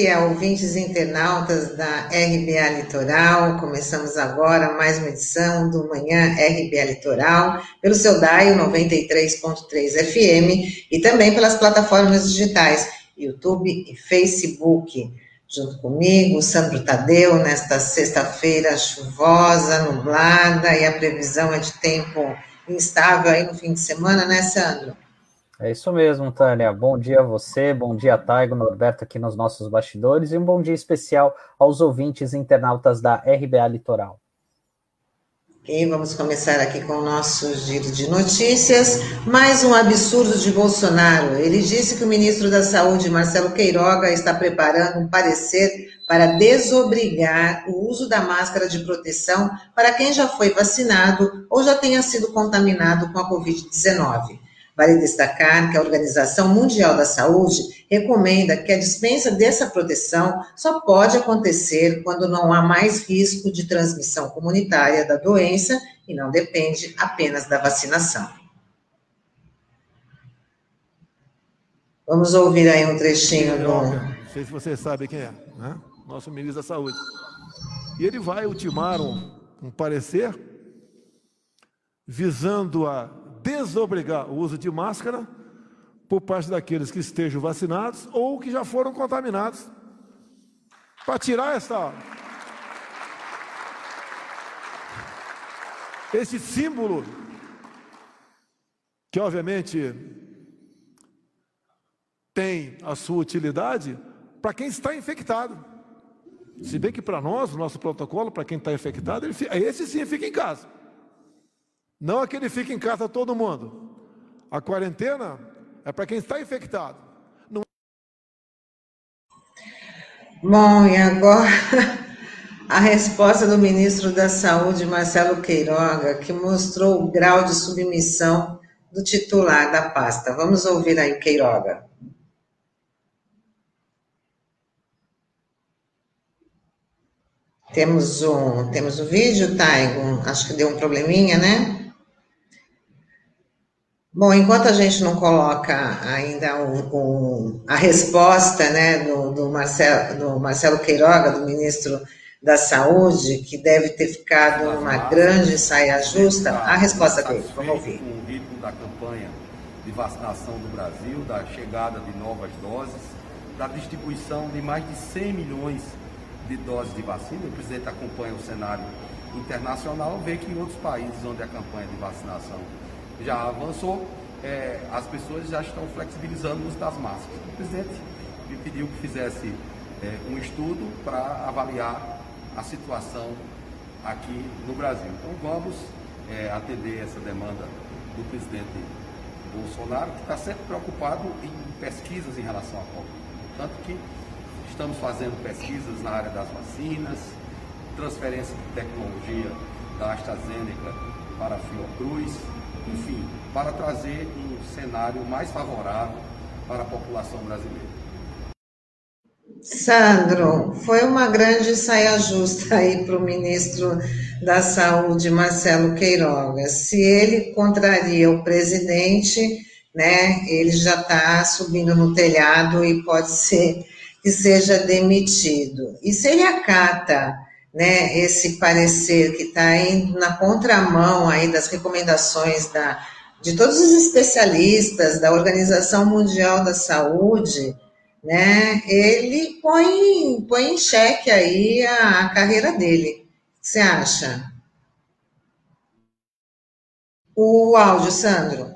dia, ouvintes e internautas da RBA Litoral. Começamos agora mais uma edição do Manhã RBA Litoral, pelo seu DAI 93.3 FM e também pelas plataformas digitais YouTube e Facebook. Junto comigo, Sandro Tadeu, nesta sexta-feira chuvosa, nublada, e a previsão é de tempo instável aí no fim de semana, né, Sandro? É isso mesmo, Tânia. Bom dia a você, bom dia, Taigo, Norberto aqui nos nossos bastidores, e um bom dia especial aos ouvintes e internautas da RBA Litoral. Ok, vamos começar aqui com o nosso giro de notícias. Mais um absurdo de Bolsonaro. Ele disse que o ministro da Saúde, Marcelo Queiroga, está preparando um parecer para desobrigar o uso da máscara de proteção para quem já foi vacinado ou já tenha sido contaminado com a Covid-19. Vale destacar que a Organização Mundial da Saúde recomenda que a dispensa dessa proteção só pode acontecer quando não há mais risco de transmissão comunitária da doença e não depende apenas da vacinação. Vamos ouvir aí um trechinho do... Não sei se vocês sabem quem é, né? Nosso ministro da Saúde. E ele vai ultimar um parecer visando a desobrigar o uso de máscara por parte daqueles que estejam vacinados ou que já foram contaminados, para tirar esse símbolo que obviamente tem a sua utilidade para quem está infectado. Se bem que para nós, o nosso protocolo, para quem está infectado, esse sim fica em casa. Não aquele fica em casa todo mundo. A quarentena é para quem está infectado. Não... Bom, e agora a resposta do ministro da Saúde, Marcelo Queiroga, que mostrou o grau de submissão do titular da pasta. Vamos ouvir aí o Queiroga. Temos o vídeo, Taigo? Acho que deu um probleminha, né? Bom, enquanto a gente não coloca ainda a resposta, né, do Marcelo Queiroga, do ministro da Saúde, que deve ter ficado numa grande saia justa, a resposta dele, vamos ouvir. Com o ritmo da campanha de vacinação do Brasil, da chegada de novas doses, da distribuição de mais de 100 milhões de doses de vacina. O presidente acompanha o cenário internacional, vê que em outros países onde a campanha de vacinação já avançou, as pessoas já estão flexibilizando o uso das máscaras. O presidente me pediu que fizesse um estudo para avaliar a situação aqui no Brasil. Então vamos atender essa demanda do presidente Bolsonaro, que está sempre preocupado em pesquisas em relação à Covid. Tanto que estamos fazendo pesquisas na área das vacinas, transferência de tecnologia da AstraZeneca para a Fiocruz, enfim, para trazer um cenário mais favorável para a população brasileira. Sandro, foi uma grande saia justa aí para o ministro da Saúde, Marcelo Queiroga. Se ele contraria o presidente, né, ele já está subindo no telhado e pode ser que seja demitido. E se ele acata, né, esse parecer que está indo na contramão aí das recomendações de todos os especialistas da Organização Mundial da Saúde, né, ele põe em xeque aí a carreira dele. O que você acha? O áudio, Sandro.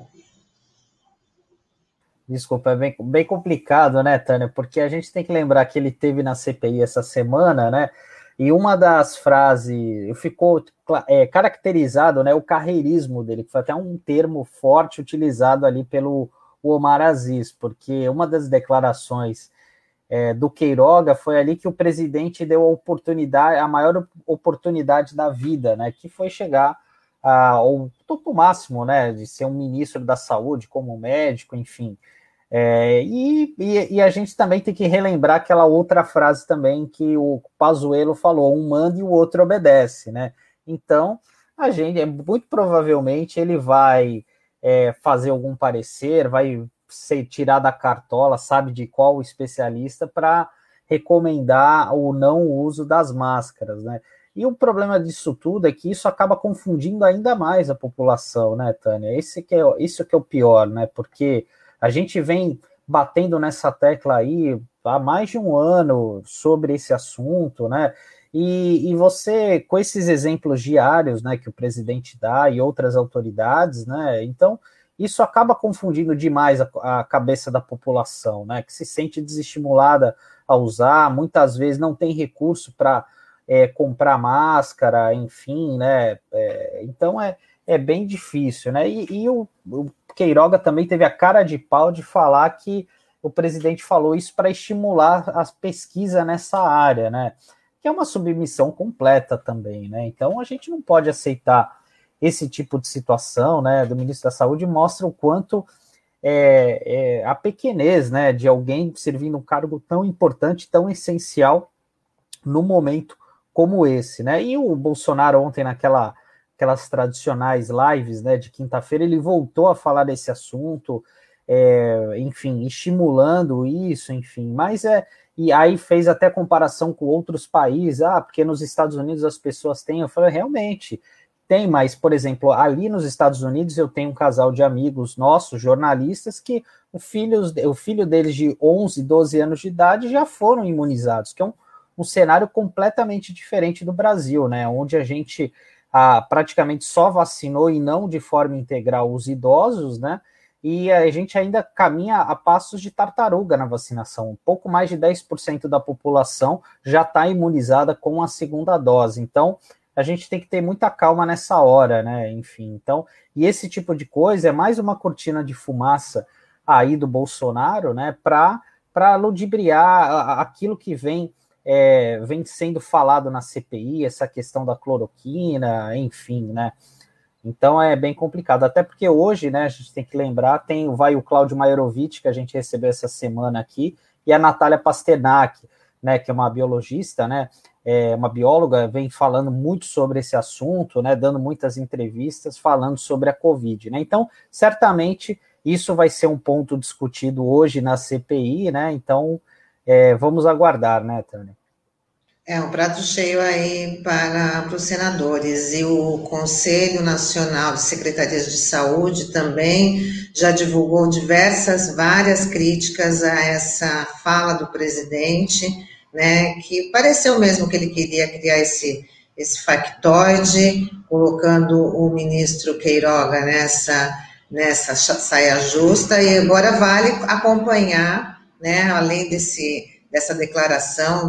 Desculpa, é bem complicado, né, Tânia? Porque a gente tem que lembrar que ele teve na CPI essa semana, né? E uma das frases ficou caracterizado, né, o carreirismo dele, que foi até um termo forte utilizado ali pelo Omar Aziz, porque uma das declarações do Queiroga foi ali que o presidente deu a maior oportunidade da vida, né, que foi chegar ao topo máximo, né, de ser um ministro da saúde, como médico, enfim. E a gente também tem que relembrar aquela outra frase também que o Pazuello falou, um manda e o outro obedece, né? Então, a gente, muito provavelmente, ele vai fazer algum parecer, vai ser tirar da cartola, sabe de qual especialista, para recomendar o não uso das máscaras, né? E o problema disso tudo é que isso acaba confundindo ainda mais a população, né, Tânia? Isso que é o pior, né? Porque a gente vem batendo nessa tecla aí há mais de um ano sobre esse assunto, né? E você, com esses exemplos diários, né, que o presidente dá e outras autoridades, né? Então, isso acaba confundindo demais a cabeça da população, né? Que se sente desestimulada a usar, muitas vezes não tem recurso para comprar máscara, enfim, né? Então é bem difícil, né? E o Queiroga também teve a cara de pau de falar que o presidente falou isso para estimular a pesquisa nessa área, né? Que é uma submissão completa também, né? Então a gente não pode aceitar esse tipo de situação, né? Do ministro da Saúde mostra o quanto a pequenez, né? De alguém servindo um cargo tão importante, tão essencial no momento como esse, né? E o Bolsonaro ontem aquelas tradicionais lives, né, de quinta-feira, ele voltou a falar desse assunto, enfim, estimulando isso, enfim, mas e aí fez até comparação com outros países, porque nos Estados Unidos as pessoas têm, eu falei, realmente, tem, mas, por exemplo, ali nos Estados Unidos eu tenho um casal de amigos nossos, jornalistas, que o filho deles de 11, 12 anos de idade já foram imunizados, que é um cenário completamente diferente do Brasil, né? Onde a gente praticamente só vacinou e não de forma integral os idosos, né? E a gente ainda caminha a passos de tartaruga na vacinação. Um pouco mais de 10% da população já está imunizada com a segunda dose. Então, a gente tem que ter muita calma nessa hora, né? Enfim, então, e esse tipo de coisa é mais uma cortina de fumaça aí do Bolsonaro, né? Para ludibriar aquilo que vem sendo falado na CPI, essa questão da cloroquina, enfim, né? Então é bem complicado, até porque hoje, né, a gente tem que lembrar, vai o Cláudio Maiorovic, que a gente recebeu essa semana aqui, e a Natália Pasternak, né, que é uma biologista, né, uma bióloga, vem falando muito sobre esse assunto, né, dando muitas entrevistas, falando sobre a Covid, né? Então, certamente, isso vai ser um ponto discutido hoje na CPI, né? Então, vamos aguardar, né, Tânia? Um prato cheio aí para os senadores. E o Conselho Nacional de Secretarias de Saúde também já divulgou várias críticas a essa fala do presidente, né, que pareceu mesmo que ele queria criar esse factoide, colocando o ministro Queiroga nessa saia justa, e agora vale acompanhar, né, além dessa declaração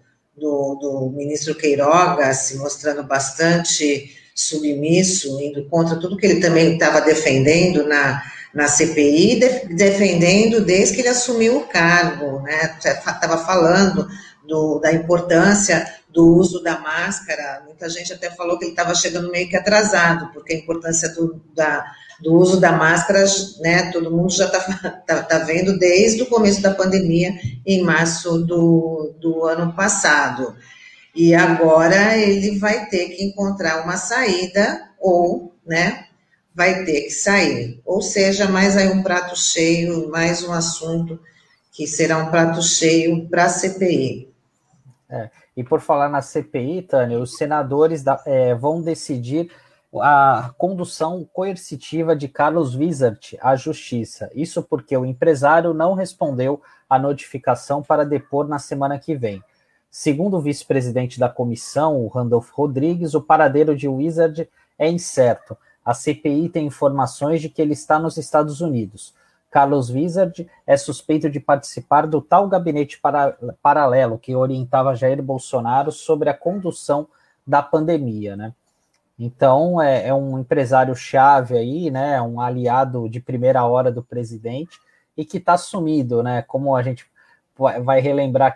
do ministro Queiroga se mostrando bastante submisso, indo contra tudo que ele também estava defendendo na CPI, defendendo desde que ele assumiu o cargo, né? Estava falando da importância do uso da máscara. Muita gente até falou que ele estava chegando meio que atrasado, porque a importância do uso da máscara, né, todo mundo já tá vendo desde o começo da pandemia, em março do ano passado. E agora ele vai ter que encontrar uma saída, ou, né, vai ter que sair. Ou seja, mais aí um prato cheio, mais um assunto que será um prato cheio para a CPI. E por falar na CPI, Tânia, os senadores vão decidir a condução coercitiva de Carlos Wizard à justiça. Isso porque o empresário não respondeu à notificação para depor na semana que vem. Segundo o vice-presidente da comissão, o Randolph Rodrigues, o paradeiro de Wizard é incerto. A CPI tem informações de que ele está nos Estados Unidos. Carlos Wizard é suspeito de participar do tal gabinete paralelo que orientava Jair Bolsonaro sobre a condução da pandemia, né? Então, é um empresário-chave aí, né, um aliado de primeira hora do presidente e que está sumido, né, como a gente vai relembrar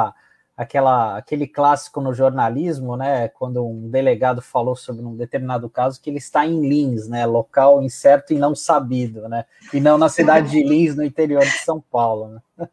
aquele clássico no jornalismo, né, quando um delegado falou sobre um determinado caso que ele está em Lins, né, local incerto e não sabido, né, e não na cidade de Lins, no interior de São Paulo, né.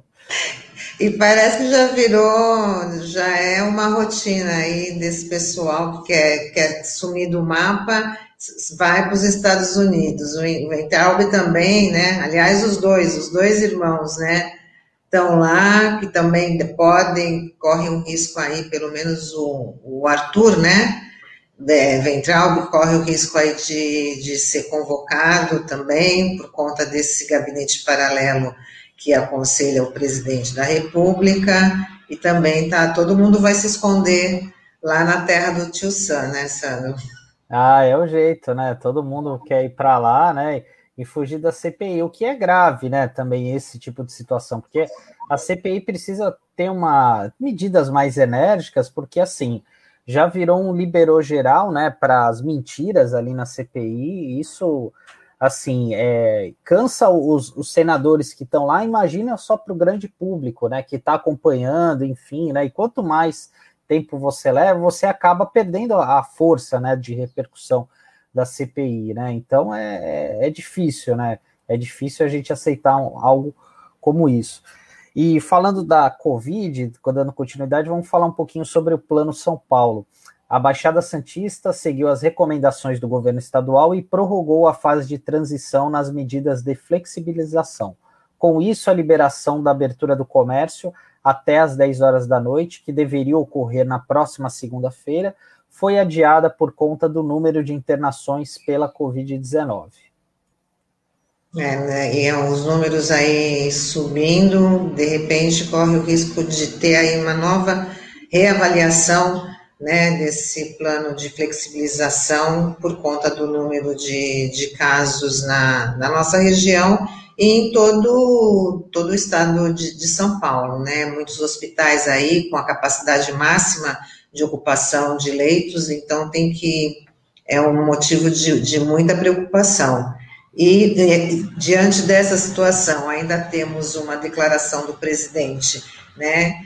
E parece que já é uma rotina aí desse pessoal que quer sumir do mapa, vai para os Estados Unidos. O Weintraub também, né? Aliás, os dois irmãos, né? estão lá, que também correm um risco aí, pelo menos o Arthur, né? Weintraub corre o risco aí de ser convocado também, por conta desse gabinete paralelo que aconselha o presidente da República, e também todo mundo vai se esconder lá na terra do tio Sam, né, Sandro? Ah, é o jeito, né? Todo mundo quer ir para lá, né? E fugir da CPI, o que é grave, né? Também esse tipo de situação, porque a CPI precisa ter medidas mais enérgicas, porque assim já virou um liberou geral, né? Para as mentiras ali na CPI. Isso, assim, cansa os senadores que estão lá. Imagina só para o grande público, né? Que está acompanhando, enfim, né? E quanto mais tempo você leva, você acaba perdendo a força, né, de repercussão da CPI, né? Então é difícil, né? É difícil a gente aceitar algo como isso. E falando da Covid, dando continuidade, vamos falar um pouquinho sobre o Plano São Paulo. A Baixada Santista seguiu as recomendações do governo estadual e prorrogou a fase de transição nas medidas de flexibilização. Com isso, a liberação da abertura do comércio até às 10 horas da noite, que deveria ocorrer na próxima segunda-feira, foi adiada por conta do número de internações pela Covid-19. Né, e os números aí subindo, de repente corre o risco de ter aí uma nova reavaliação, né, desse plano de flexibilização por conta do número de casos na nossa região e em todo o estado de São Paulo, né, muitos hospitais aí com a capacidade máxima de ocupação de leitos, então é um motivo de muita preocupação. E diante dessa situação, ainda temos uma declaração do presidente, né,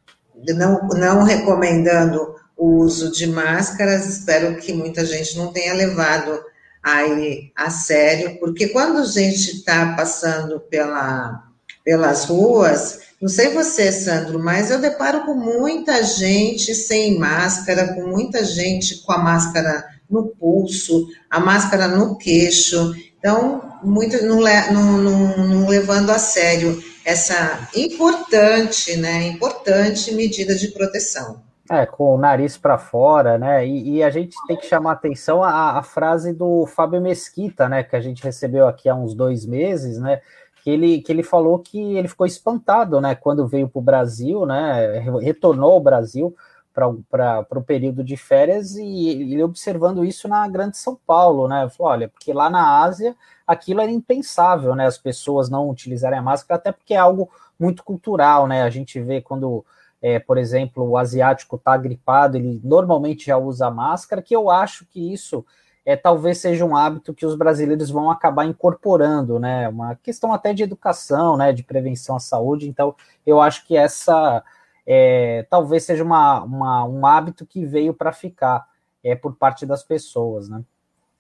não recomendando o uso de máscaras. Espero que muita gente não tenha levado aí a sério, porque quando a gente está passando pelas ruas, não sei você, Sandro, mas eu deparo com muita gente sem máscara, com muita gente com a máscara no pulso, a máscara no queixo. Então, muito não levando a sério essa importante medida de proteção. Com o nariz para fora, né? E a gente tem que chamar atenção à frase do Fábio Mesquita, né? Que a gente recebeu aqui há uns 2 meses, né? Que ele falou que ele ficou espantado, né? Quando veio para o Brasil, né? Retornou ao Brasil para o período de férias, e ele observando isso na Grande São Paulo, né? Falou, olha, porque lá na Ásia aquilo era impensável, né? As pessoas não utilizarem a máscara, até porque é algo muito cultural, né? A gente vê quando, por exemplo, o asiático está gripado, ele normalmente já usa máscara, que eu acho que isso talvez seja um hábito que os brasileiros vão acabar incorporando, né? Uma questão até de educação, né? De prevenção à saúde. Então, eu acho que essa talvez seja um hábito que veio para ficar por parte das pessoas, né?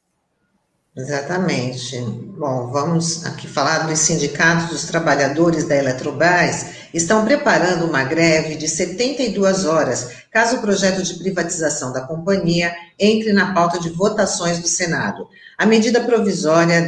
Exatamente. Bom, vamos aqui falar dos sindicatos dos trabalhadores da Eletrobras. Estão preparando uma greve de 72 horas, caso o projeto de privatização da companhia entre na pauta de votações do Senado. A medida provisória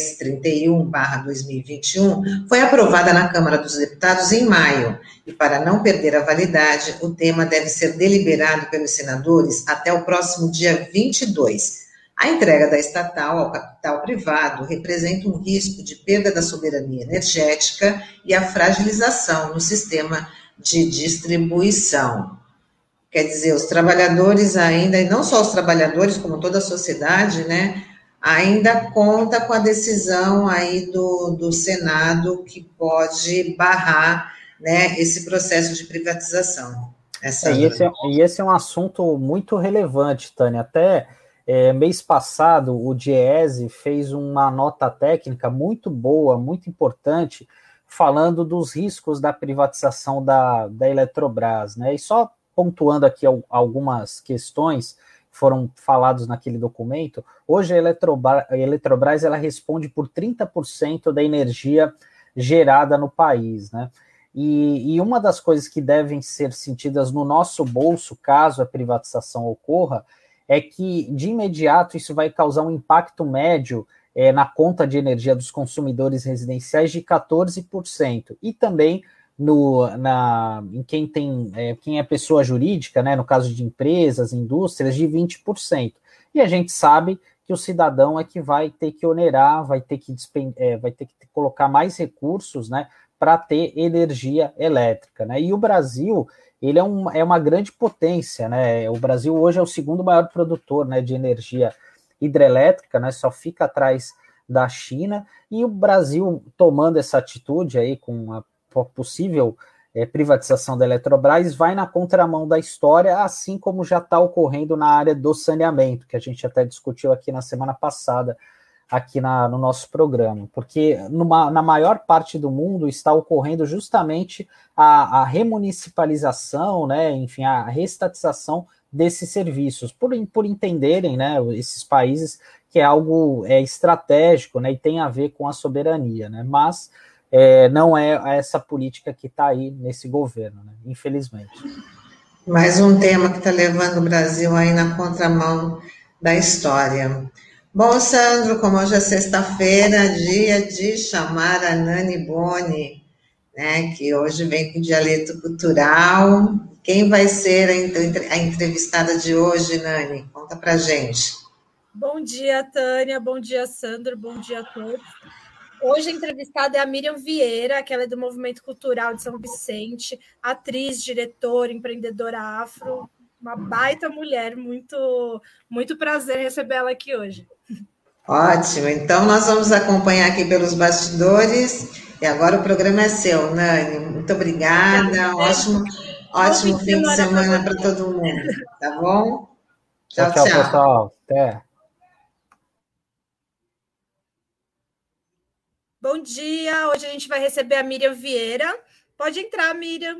1031/2021 foi aprovada na Câmara dos Deputados em maio, e para não perder a validade, o tema deve ser deliberado pelos senadores até o próximo dia 22. A entrega da estatal ao capital privado representa um risco de perda da soberania energética e a fragilização no sistema de distribuição. Quer dizer, os trabalhadores ainda, e não só os trabalhadores, como toda a sociedade, né, ainda conta com a decisão aí do Senado, que pode barrar, né, esse processo de privatização. E esse é um assunto muito relevante, Tânia. Até mês passado, o Diese fez uma nota técnica muito boa, muito importante, falando dos riscos da privatização da Eletrobras, né? E só pontuando aqui algumas questões que foram faladas naquele documento, hoje a Eletrobras ela responde por 30% da energia gerada no país, né? E uma das coisas que devem ser sentidas no nosso bolso, caso a privatização ocorra, é que, de imediato, isso vai causar um impacto médio na conta de energia dos consumidores residenciais de 14%, e também em quem é pessoa jurídica, né, no caso de empresas, indústrias, de 20%. E a gente sabe que o cidadão é que vai ter que onerar, vai ter que colocar mais recursos, né, para ter energia elétrica, né? E o Brasil, ele é uma grande potência, né? O Brasil hoje é o segundo maior produtor, né, de energia hidrelétrica, né? Só fica atrás da China, e o Brasil tomando essa atitude aí com a possível privatização da Eletrobras vai na contramão da história, assim como já está ocorrendo na área do saneamento, que a gente até discutiu aqui na semana passada, aqui no nosso programa, porque na maior parte do mundo está ocorrendo justamente a remunicipalização, né, enfim, a reestatização desses serviços, por entenderem, né, esses países, que é algo estratégico, né, e tem a ver com a soberania, né, mas não é essa política que está aí nesse governo, né, infelizmente. Mais um tema que está levando o Brasil aí na contramão da história. Bom, Sandro, como hoje é sexta-feira, dia de chamar a Nani Boni, né, que hoje vem com dialeto cultural. Quem vai ser a entrevistada de hoje, Nani? Conta pra gente. Bom dia, Tânia. Bom dia, Sandro. Bom dia a todos. Hoje a entrevistada é a Miriam Vieira, que ela é do Movimento Cultural de São Vicente, atriz, diretora, empreendedora afro, uma baita mulher. Muito, muito prazer receber ela aqui hoje. Ótimo, então nós vamos acompanhar aqui pelos bastidores, e agora o programa é seu, Nani, muito obrigada, ótimo fim de semana para todo mundo, tá bom? Tchau, pessoal, até. Bom dia, hoje a gente vai receber a Miriam Vieira, pode entrar, Miriam.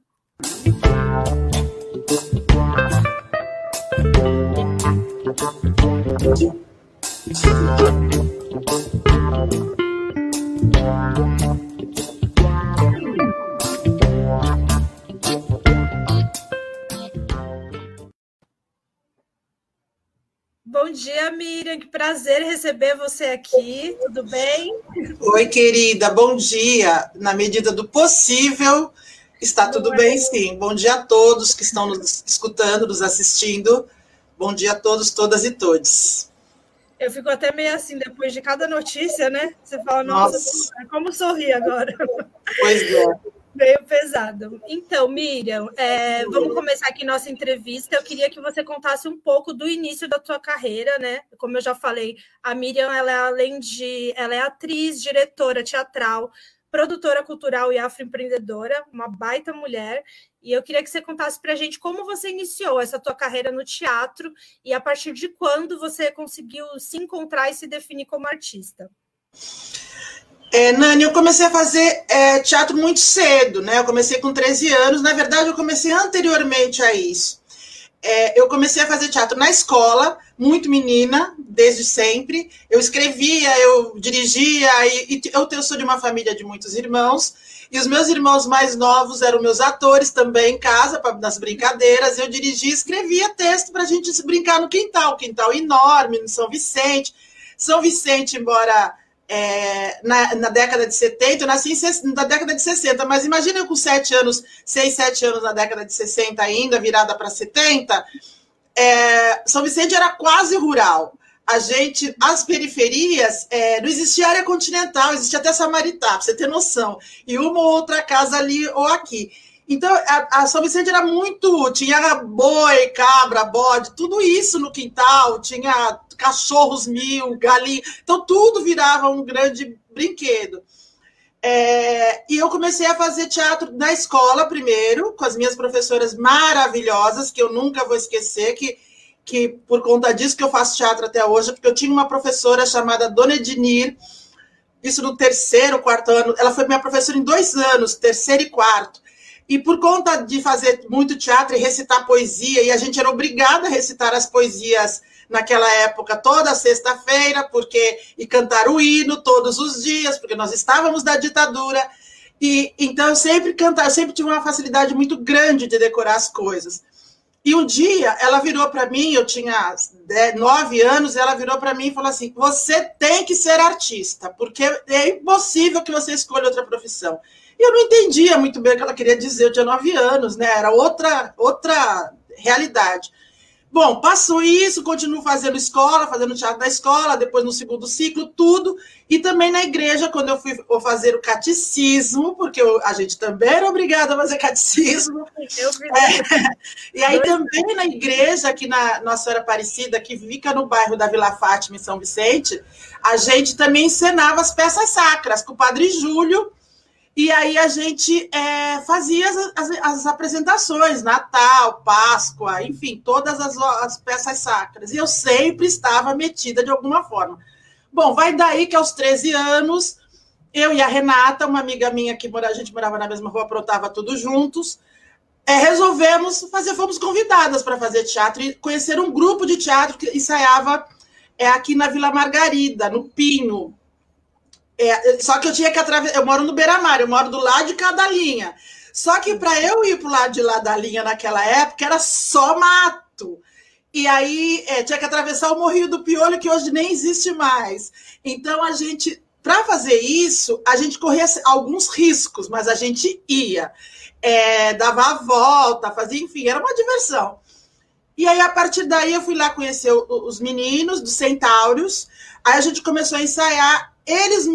Bom dia, Miriam, que prazer receber você aqui, tudo bem? Oi, querida, bom dia. Na medida do possível, está tudo bem, sim. Bom dia a todos que estão nos escutando, nos assistindo. Bom dia a todos, todas e todos. Eu fico até meio assim, depois de cada notícia, né? Você fala, nossa. Como sorrir agora? Pois é. Meio pesado. Então, Miriam, vamos começar aqui nossa entrevista. Eu queria que você contasse um pouco do início da tua carreira, né? Como eu já falei, a Miriam, ela é atriz, diretora teatral, produtora cultural e afroempreendedora, uma baita mulher. E eu queria que você contasse para a gente como você iniciou essa tua carreira no teatro e a partir de quando você conseguiu se encontrar e se definir como artista. Nani, eu comecei a fazer teatro muito cedo, né? Eu comecei com 13 anos. Na verdade, eu comecei anteriormente a isso. Eu comecei a fazer teatro na escola, muito menina, desde sempre. Eu escrevia, eu dirigia, eu sou de uma família de muitos irmãos, e os meus irmãos mais novos eram meus atores também em casa, nas brincadeiras. Eu dirigia e escrevia texto para a gente se brincar no quintal, enorme, no São Vicente. São Vicente, embora... na década de 70, eu nasci na década de 60, mas imagina eu com 6, 7 anos na década de 60 ainda, virada para 70, São Vicente era quase rural. As periferias, não existia área continental, existia até Samaritá, para você ter noção, e uma ou outra casa ali ou aqui. Então, a São Vicente era tinha boi, cabra, bode, tudo isso no quintal, tinha cachorros 1000, galinha, então tudo virava um grande brinquedo. E eu comecei a fazer teatro na escola primeiro, com as minhas professoras maravilhosas, que eu nunca vou esquecer, que por conta disso que eu faço teatro até hoje, porque eu tinha uma professora chamada Dona Ednir, isso no 3º, 4º ano, ela foi minha professora em 2 anos, 3º e 4º. E por conta de fazer muito teatro e recitar poesia, e a gente era obrigada a recitar as poesias naquela época toda sexta-feira, e cantar o hino todos os dias, porque nós estávamos na ditadura. E então eu sempre tive uma facilidade muito grande de decorar as coisas. E um dia ela virou para mim, eu tinha 9 anos, ela virou para mim e falou assim: você tem que ser artista, porque é impossível que você escolha outra profissão. E eu não entendia muito bem o que ela queria dizer, eu tinha 9 anos, né? Era outra realidade. Bom, passou isso, continuo fazendo escola, fazendo teatro da escola, depois no segundo ciclo, tudo. E também na igreja, quando eu fui fazer o catecismo, porque a gente também era obrigada a fazer catecismo. E aí também na igreja, aqui na Nossa Senhora Aparecida, que fica no bairro da Vila Fátima, em São Vicente, a gente também encenava as peças sacras com o Padre Júlio. E aí a gente fazia as apresentações, Natal, Páscoa, enfim, todas as peças sacras. E eu sempre estava metida de alguma forma. Bom, vai daí que aos 13 anos, eu e a Renata, uma amiga minha que a gente morava na mesma rua, aprontava tudo juntos, resolvemos fomos convidadas para fazer teatro e conhecer um grupo de teatro que ensaiava aqui na Vila Margarida, no Pinho. Só que eu tinha que atravessar. Eu moro no Beira-Mar, eu moro do lado de cada linha. Só que para eu ir para o lado de lá da linha naquela época era só mato. E aí tinha que atravessar o Morrinho do Piolho, que hoje nem existe mais. Então para fazer isso, a gente corria alguns riscos, mas a gente ia. Dava a volta, fazia, enfim, era uma diversão. E aí, a partir daí, eu fui lá conhecer os meninos dos Centáurios. Aí a gente começou a ensaiar. Eles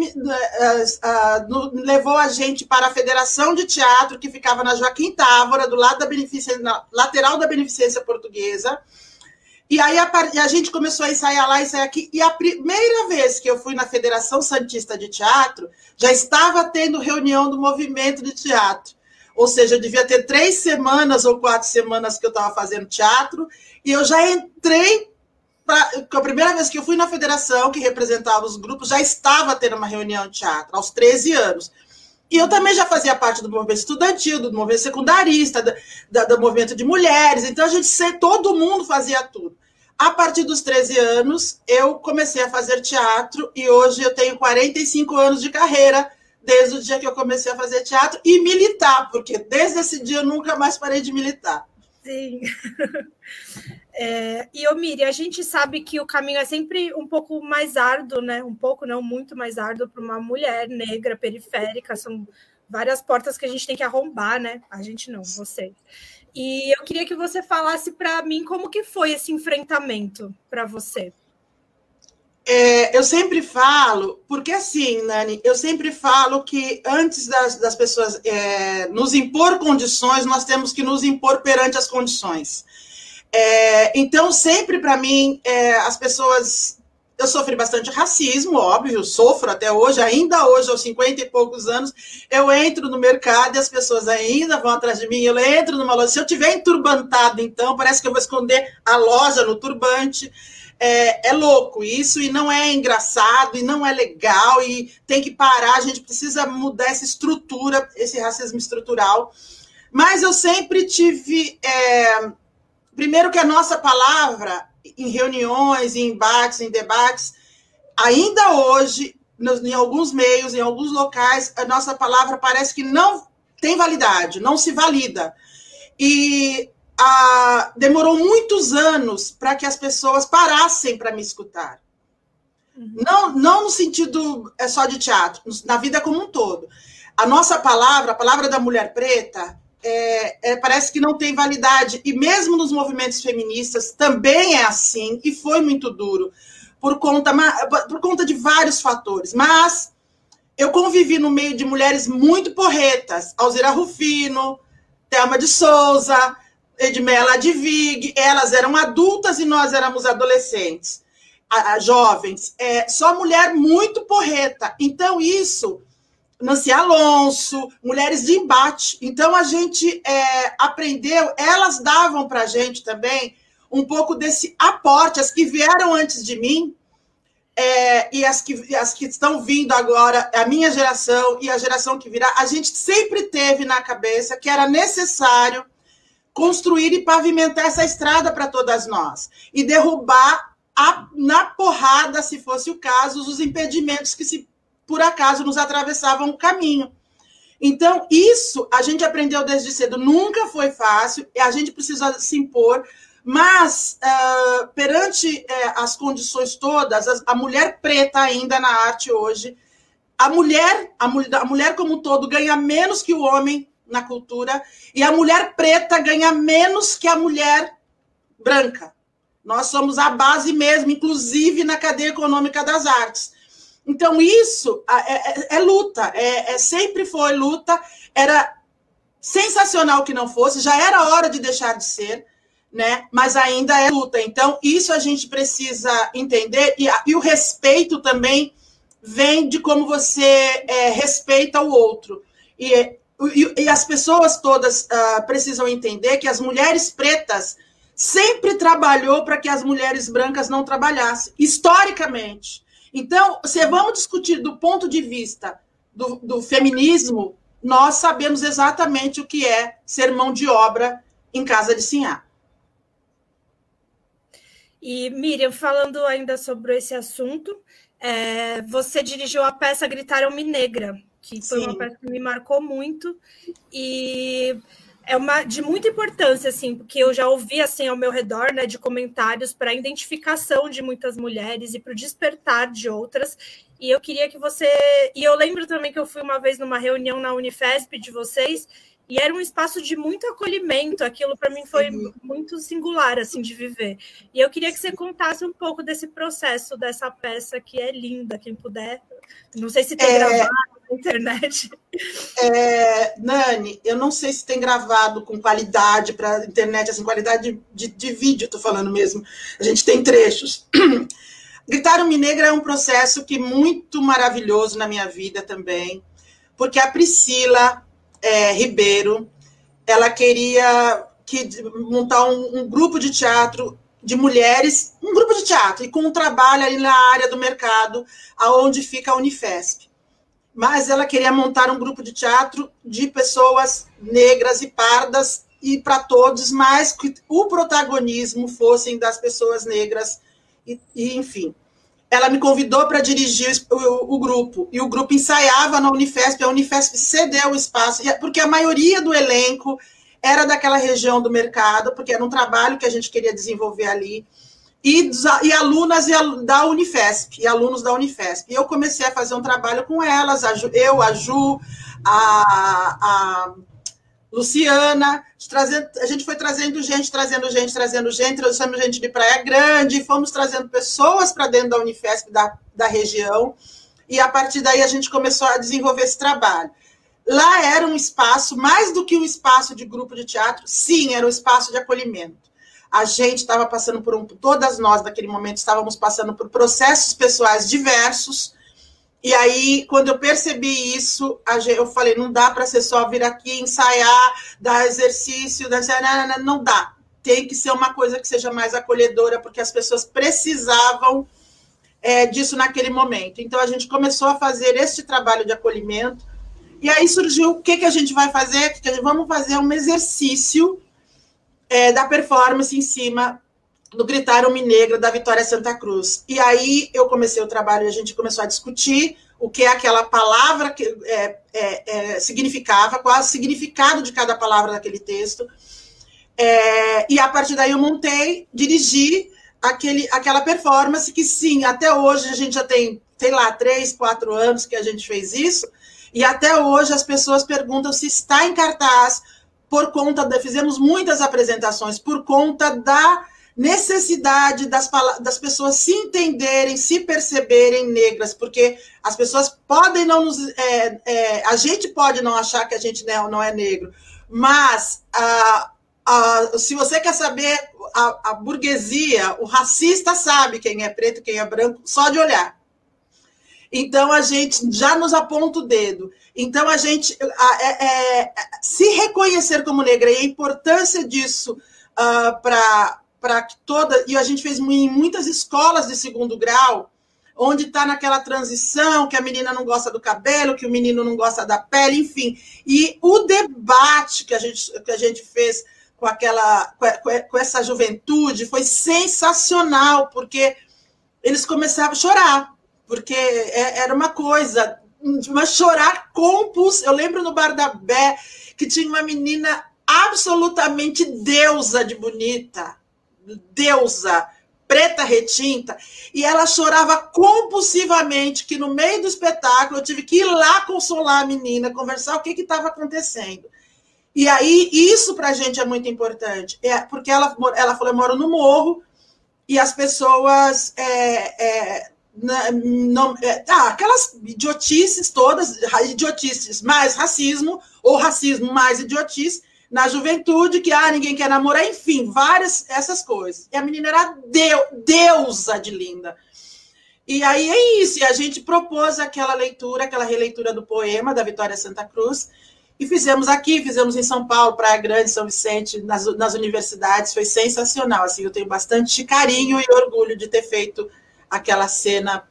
levou a gente para a Federação de Teatro, que ficava na Joaquim Távora, do lado da Beneficência, na lateral da Beneficência Portuguesa. E aí a gente começou a ensaiar lá, ensaiar aqui. E a primeira vez que eu fui na Federação Santista de Teatro, já estava tendo reunião do movimento de teatro. Ou seja, eu devia ter 3 semanas ou 4 semanas que eu estava fazendo teatro. E eu já entrei. A primeira vez que eu fui na federação, que representava os grupos, já estava tendo uma reunião de teatro, aos 13 anos. E eu também já fazia parte do movimento estudantil, do movimento secundarista, do movimento de mulheres. Então, todo mundo fazia tudo. A partir dos 13 anos, eu comecei a fazer teatro e hoje eu tenho 45 anos de carreira, desde o dia que eu comecei a fazer teatro e militar, porque desde esse dia eu nunca mais parei de militar. Sim. E, Miriam, a gente sabe que o caminho é sempre um pouco mais árduo, né? Um pouco, não, muito mais árduo para uma mulher negra, periférica. São várias portas que a gente tem que arrombar, né? A gente não, você. E eu queria que você falasse para mim como que foi esse enfrentamento para você. Eu sempre falo, porque assim, Nani, eu sempre falo que antes das pessoas nos impor condições, nós temos que nos impor perante as condições. Então, sempre para mim, as pessoas... Eu sofri bastante racismo, óbvio, sofro até hoje, ainda hoje, aos 50 e poucos anos, eu entro no mercado e as pessoas ainda vão atrás de mim, eu entro numa loja, se eu tiver enturbantado, então, parece que eu vou esconder a loja no turbante. É louco isso, e não é engraçado, e não é legal, e tem que parar, a gente precisa mudar essa estrutura, esse racismo estrutural. Mas eu sempre tive... Primeiro que a nossa palavra, em reuniões, em embates, em debates, ainda hoje, em alguns meios, em alguns locais, a nossa palavra parece que não tem validade, não se valida. E demorou muitos anos para que as pessoas parassem para me escutar. Não no sentido só de teatro, na vida como um todo. A nossa palavra, a palavra da mulher preta, parece que não tem validade. E mesmo nos movimentos feministas também é assim, e foi muito duro, por conta de vários fatores. Mas eu convivi no meio de mulheres muito porretas, Alzira Rufino, Thelma de Souza, Edmela Advig, elas eram adultas e nós éramos adolescentes, jovens. Só mulher muito porreta. Então, isso... Nancy Alonso, mulheres de embate. Então, a gente aprendeu, elas davam para a gente também um pouco desse aporte, as que vieram antes de mim, e as que estão vindo agora, a minha geração e a geração que virá, a gente sempre teve na cabeça que era necessário construir e pavimentar essa estrada para todas nós, e derrubar na porrada, se fosse o caso, os impedimentos que por acaso nos atravessavam o caminho. Então, isso a gente aprendeu desde cedo, nunca foi fácil, a gente precisa se impor, mas perante as condições todas, a mulher preta ainda na arte hoje a mulher como um todo ganha menos que o homem na cultura, e a mulher preta ganha menos que a mulher branca. Nós somos a base mesmo, inclusive na cadeia econômica das artes. Então, isso é luta, sempre foi luta, era sensacional que não fosse, já era hora de deixar de ser, né? Mas ainda é luta. Então, isso a gente precisa entender, e o respeito também vem de como você respeita o outro. E as pessoas todas precisam entender que as mulheres pretas sempre trabalhou para que as mulheres brancas não trabalhassem, historicamente. Então, se vamos discutir do ponto de vista do feminismo, nós sabemos exatamente o que é ser mão de obra em casa de Sinhá. E, Miriam, falando ainda sobre esse assunto, você dirigiu a peça Gritaram-me Negra, que foi uma peça que me marcou muito, e é de muita importância, assim, porque eu já ouvi, assim, ao meu redor, né, de comentários para a identificação de muitas mulheres e para o despertar de outras, e eu queria que você... E eu lembro também que eu fui uma vez numa reunião na Unifesp de vocês, e era um espaço de muito acolhimento, aquilo para mim foi muito singular, assim, de viver. E eu queria que você contasse um pouco desse processo, dessa peça que é linda, quem puder. Não sei se tem gravado na internet. Nani, eu não sei se tem gravado com qualidade para internet, assim, qualidade de vídeo, estou falando mesmo. A gente tem trechos. Gritaram-me Negra é um processo que muito maravilhoso na minha vida também, porque a Priscila Ribeiro, ela queria montar um grupo de teatro de mulheres, um grupo de teatro, e com um trabalho ali na área do mercado, aonde fica a Unifesp. Mas ela queria montar um grupo de teatro de pessoas negras e pardas, e para todos, mas que o protagonismo fossem das pessoas negras, e enfim. Ela me convidou para dirigir o grupo, e o grupo ensaiava na Unifesp, a Unifesp cedeu o espaço, porque a maioria do elenco era daquela região do mercado, porque era um trabalho que a gente queria desenvolver ali, e alunas da Unifesp, e alunos da Unifesp. E eu comecei a fazer um trabalho com elas, a Ju, a Luciana, a gente foi trazendo gente, trouxemos gente de Praia Grande, fomos trazendo pessoas para dentro da Unifesp da região, e a partir daí a gente começou a desenvolver esse trabalho. Lá era um espaço, mais do que um espaço de grupo de teatro, sim, era um espaço de acolhimento. A gente estava passando todas nós, naquele momento, estávamos passando por processos pessoais diversos. E aí, quando eu percebi isso, eu falei, não dá para ser só vir aqui, ensaiar, dar exercício, não dá. Tem que ser uma coisa que seja mais acolhedora, porque as pessoas precisavam disso naquele momento. Então, a gente começou a fazer este trabalho de acolhimento, e aí surgiu o que a gente vai fazer? Vamos fazer um exercício da performance em cima do Gritaram-me Negra, da Vitória Santa Cruz. E aí eu comecei o trabalho e a gente começou a discutir o que aquela palavra significava, qual é o significado de cada palavra daquele texto. E a partir daí eu dirigi aquela performance que, sim, até hoje a gente já tem, sei lá, 3, 4 anos que a gente fez isso, e até hoje as pessoas perguntam se está em cartaz fizemos muitas apresentações por conta da necessidade das pessoas se entenderem, se perceberem negras, porque as pessoas podem não a gente pode não achar que a gente não é negro, mas se você quer saber, a burguesia, o racista sabe quem é preto, quem é branco, só de olhar. Então, a gente já nos aponta o dedo. Então, a gente se reconhecer como negra, e a importância disso para que e a gente fez em muitas escolas de segundo grau, onde está naquela transição, que a menina não gosta do cabelo, que o menino não gosta da pele, enfim. E o debate que a gente fez com essa juventude foi sensacional, porque eles começavam a chorar, porque era uma coisa, mas chorar compulso. Eu lembro no Bar da Bé que tinha uma menina absolutamente deusa de bonita, deusa, preta retinta, e ela chorava compulsivamente, que no meio do espetáculo eu tive que ir lá consolar a menina, conversar o que estava acontecendo. E aí, isso para a gente é muito importante, porque ela falou, eu moro no morro, e as pessoas... aquelas idiotices todas, idiotices mais racismo, ou racismo mais idiotice, na juventude, que ninguém quer namorar, enfim, várias essas coisas. E a menina era deusa de linda. E aí é isso, e a gente propôs aquela releitura do poema da Vitória Santa Cruz, e fizemos aqui, fizemos em São Paulo, Praia Grande, São Vicente, nas universidades, foi sensacional, assim, eu tenho bastante carinho e orgulho de ter feito aquela cena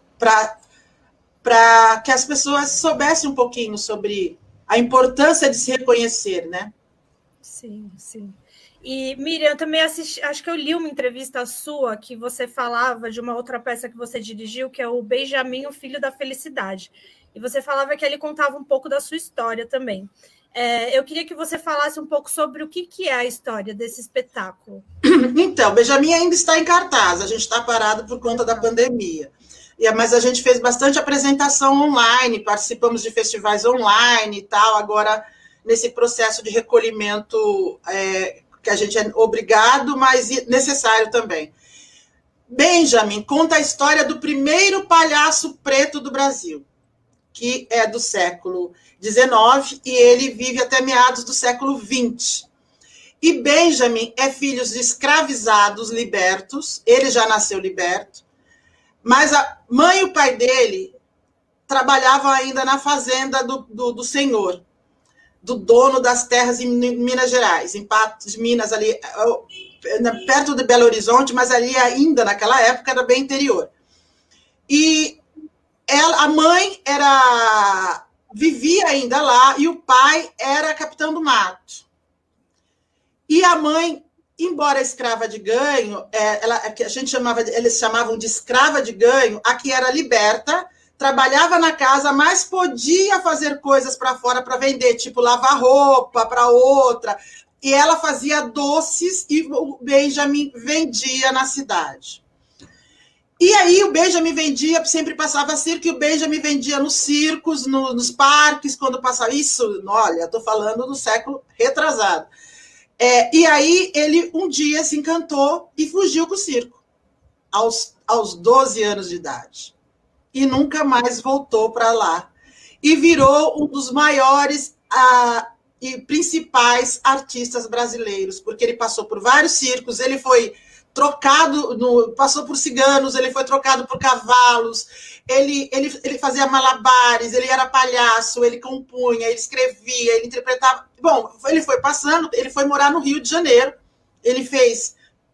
para que as pessoas soubessem um pouquinho sobre a importância de se reconhecer, né? Sim, sim. E, Miriam, eu também assisti, acho que eu li uma entrevista sua que você falava de uma outra peça que você dirigiu, que é o Benjamin, o Filho da Felicidade. E você falava que ele contava um pouco da sua história também. Eu queria que você falasse um pouco sobre o que é a história desse espetáculo. Então, Benjamin ainda está em cartaz, a gente está parado por conta da pandemia. Mas a gente fez bastante apresentação online, participamos de festivais online e tal, agora nesse processo de recolhimento que a gente é obrigado, mas necessário também. Benjamin conta a história do primeiro palhaço preto do Brasil, que é do século XIX e ele vive até meados do século XX. E Benjamin é filho de escravizados libertos, ele já nasceu liberto, mas a mãe e o pai dele trabalhavam ainda na fazenda do senhor, do dono das terras em Minas Gerais, em Patos de Minas, ali perto de Belo Horizonte, mas ali ainda naquela época era bem interior. E a mãe vivia ainda lá e o pai era capitão do mato. E a mãe, embora escrava de ganho, eles chamavam de escrava de ganho, a que era liberta, trabalhava na casa, mas podia fazer coisas para fora para vender, tipo lavar roupa para outra. E ela fazia doces e o Benjamin vendia na cidade. E aí o Benjamin vendia, sempre passava circo, e o Benjamin vendia nos circos, nos parques, quando passava isso. Olha, estou falando do século retrasado. E aí ele um dia se encantou e fugiu com o circo, aos 12 anos de idade. E nunca mais voltou para lá. E virou um dos maiores e principais artistas brasileiros, porque ele passou por vários circos, ele foi trocado, passou por ciganos, ele foi trocado por cavalos, ele fazia malabares, ele era palhaço, ele compunha, ele escrevia, ele interpretava. Bom, ele foi passando, ele foi morar no Rio de Janeiro, ele fez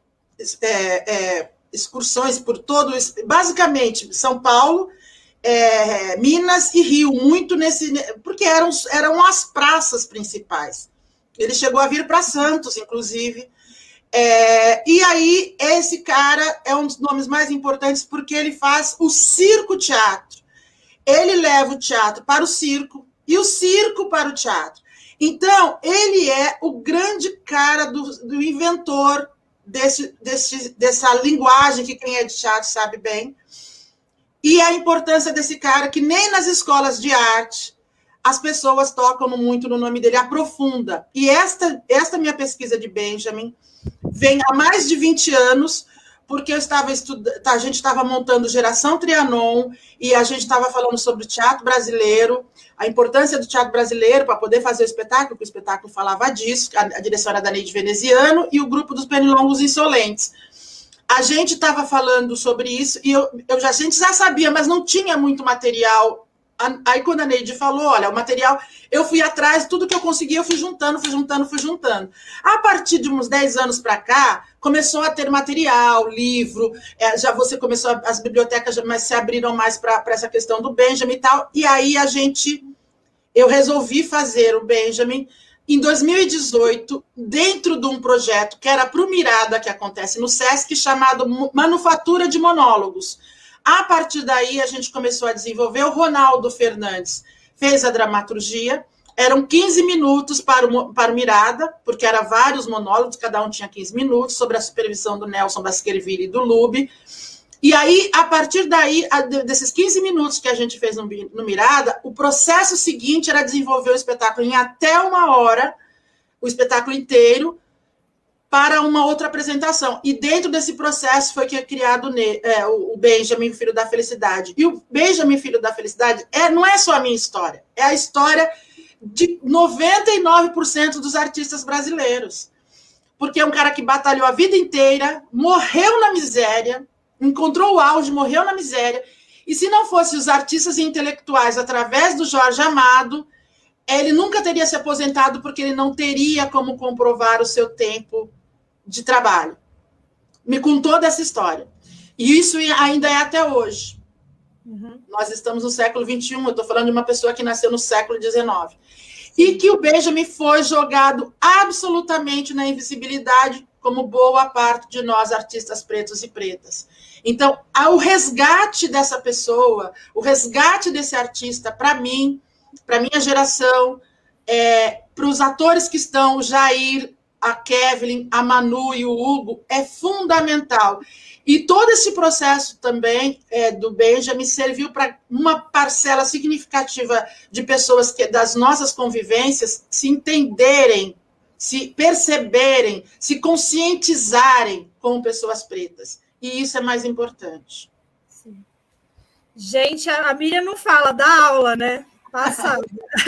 excursões por basicamente São Paulo, Minas e Rio, muito porque eram as praças principais. Ele chegou a vir para Santos, inclusive. E aí, esse cara é um dos nomes mais importantes porque ele faz o circo-teatro. Ele leva o teatro para o circo e o circo para o teatro. Então, ele é o grande cara do inventor dessa linguagem que quem é de teatro sabe bem. E a importância desse cara, que nem nas escolas de arte as pessoas tocam muito no nome dele, aprofunda. E esta minha pesquisa de Benjamin vem há mais de 20 anos, porque eu estava a gente estava montando Geração Trianon, e a gente estava falando sobre o teatro brasileiro, a importância do teatro brasileiro para poder fazer o espetáculo, porque o espetáculo falava disso, a direção era da Neide Veneziano, e o grupo dos Pernilongos Insolentes. A gente estava falando sobre isso, e a gente já sabia, mas não tinha muito material. Aí, quando a Neide falou, olha, o material, eu fui atrás, tudo que eu consegui, eu fui juntando. A partir de uns 10 anos para cá, começou a ter material, livro, já você começou, as bibliotecas se abriram mais para essa questão do Benjamin e tal, e aí eu resolvi fazer o Benjamin em 2018, dentro de um projeto que era para o Mirada, que acontece no SESC, chamado Manufatura de Monólogos. A partir daí, a gente começou a desenvolver. O Ronaldo Fernandes fez a dramaturgia, Eram 15 minutos para o Mirada, porque eram vários monólogos, cada um tinha 15 minutos, sobre a supervisão do Nelson Baskerville e do Lube. E aí, a partir daí, desses 15 minutos que a gente fez no Mirada, o processo seguinte era desenvolver o espetáculo em até 1 hora, o espetáculo inteiro, para uma outra apresentação. E dentro desse processo foi que é criado o Benjamin, Filho da Felicidade. E o Benjamin, Filho da Felicidade, não é só a minha história, é a história de 99% dos artistas brasileiros. Porque é um cara que batalhou a vida inteira, morreu na miséria, encontrou o auge, morreu na miséria, e se não fosse os artistas e intelectuais através do Jorge Amado, ele nunca teria se aposentado, porque ele não teria como comprovar o seu tempo de trabalho. Me contou dessa história. E isso ainda é até hoje. Uhum. Nós estamos no século XXI, eu estou falando de uma pessoa que nasceu no século XIX. E que o Benjamin foi jogado absolutamente na invisibilidade, como boa parte de nós, artistas pretos e pretas. Então, o resgate dessa pessoa, o resgate desse artista, para mim, para a minha geração, para os atores que estão, o Jair, a Kevin, a Manu e o Hugo, é fundamental. E todo esse processo também do Benjamin serviu para uma parcela significativa de pessoas das nossas convivências se entenderem, se perceberem, se conscientizarem como pessoas pretas. E isso é mais importante. Sim. Gente, a Miriam não fala, dá aula, né? Passada.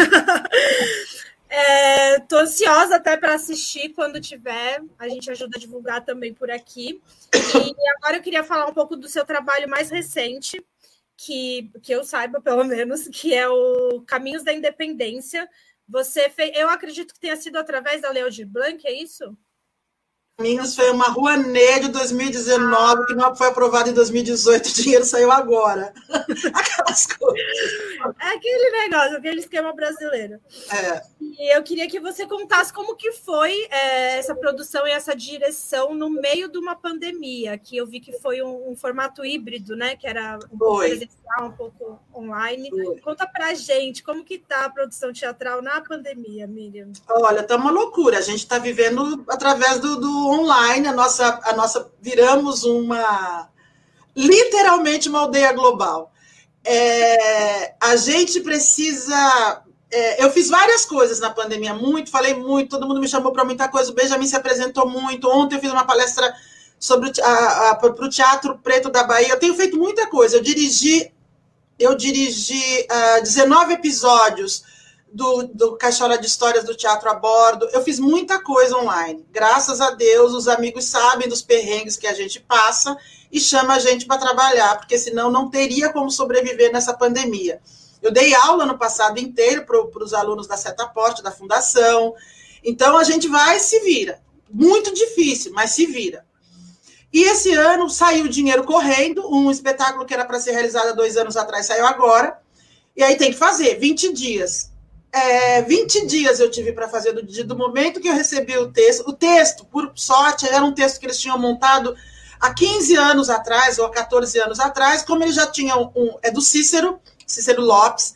Estou ansiosa até para assistir quando tiver. A gente ajuda a divulgar também por aqui. E agora eu queria falar um pouco do seu trabalho mais recente, que eu saiba, pelo menos, que é o Caminhos da Independência. Você fez, eu acredito que tenha sido através da Lei Aldir Blanc, é isso? Caminhos foi uma Rouanet de 2019, que não foi aprovada em 2018, o dinheiro saiu agora. Aquelas coisas. É aquele negócio, aquele esquema brasileiro. E eu queria que você contasse como que foi essa produção e essa direção no meio de uma pandemia, que eu vi que foi um formato híbrido, né? Que era um pouco presencial, um pouco online. Foi. Conta pra gente como que tá a produção teatral na pandemia, Miriam. Olha, tá uma loucura. A gente está vivendo através do online, a nossa viramos literalmente uma aldeia global. A gente precisa... eu fiz várias coisas na pandemia, falei muito, todo mundo me chamou para muita coisa, o Benjamin se apresentou muito, ontem eu fiz uma palestra sobre para o Teatro Preto da Bahia, eu tenho feito muita coisa, eu dirigi 19 episódios do Caixola de Histórias do Teatro a Bordo. Eu fiz muita coisa online. Graças a Deus, os amigos sabem dos perrengues que a gente passa e chama a gente para trabalhar, porque senão não teria como sobreviver nessa pandemia. Eu dei aula no passado inteiro para os alunos da Setaporte, da Fundação. Então, a gente vai e se vira. Muito difícil, mas se vira. E esse ano saiu dinheiro correndo, um espetáculo que era para ser realizado há 2 anos atrás saiu agora, e aí tem que fazer 20 dias. 20 dias eu tive para fazer do momento que eu recebi o texto. O texto, por sorte, era um texto que eles tinham montado há 15 anos atrás, ou há 14 anos atrás, como eles já tinham do Cícero Lopes,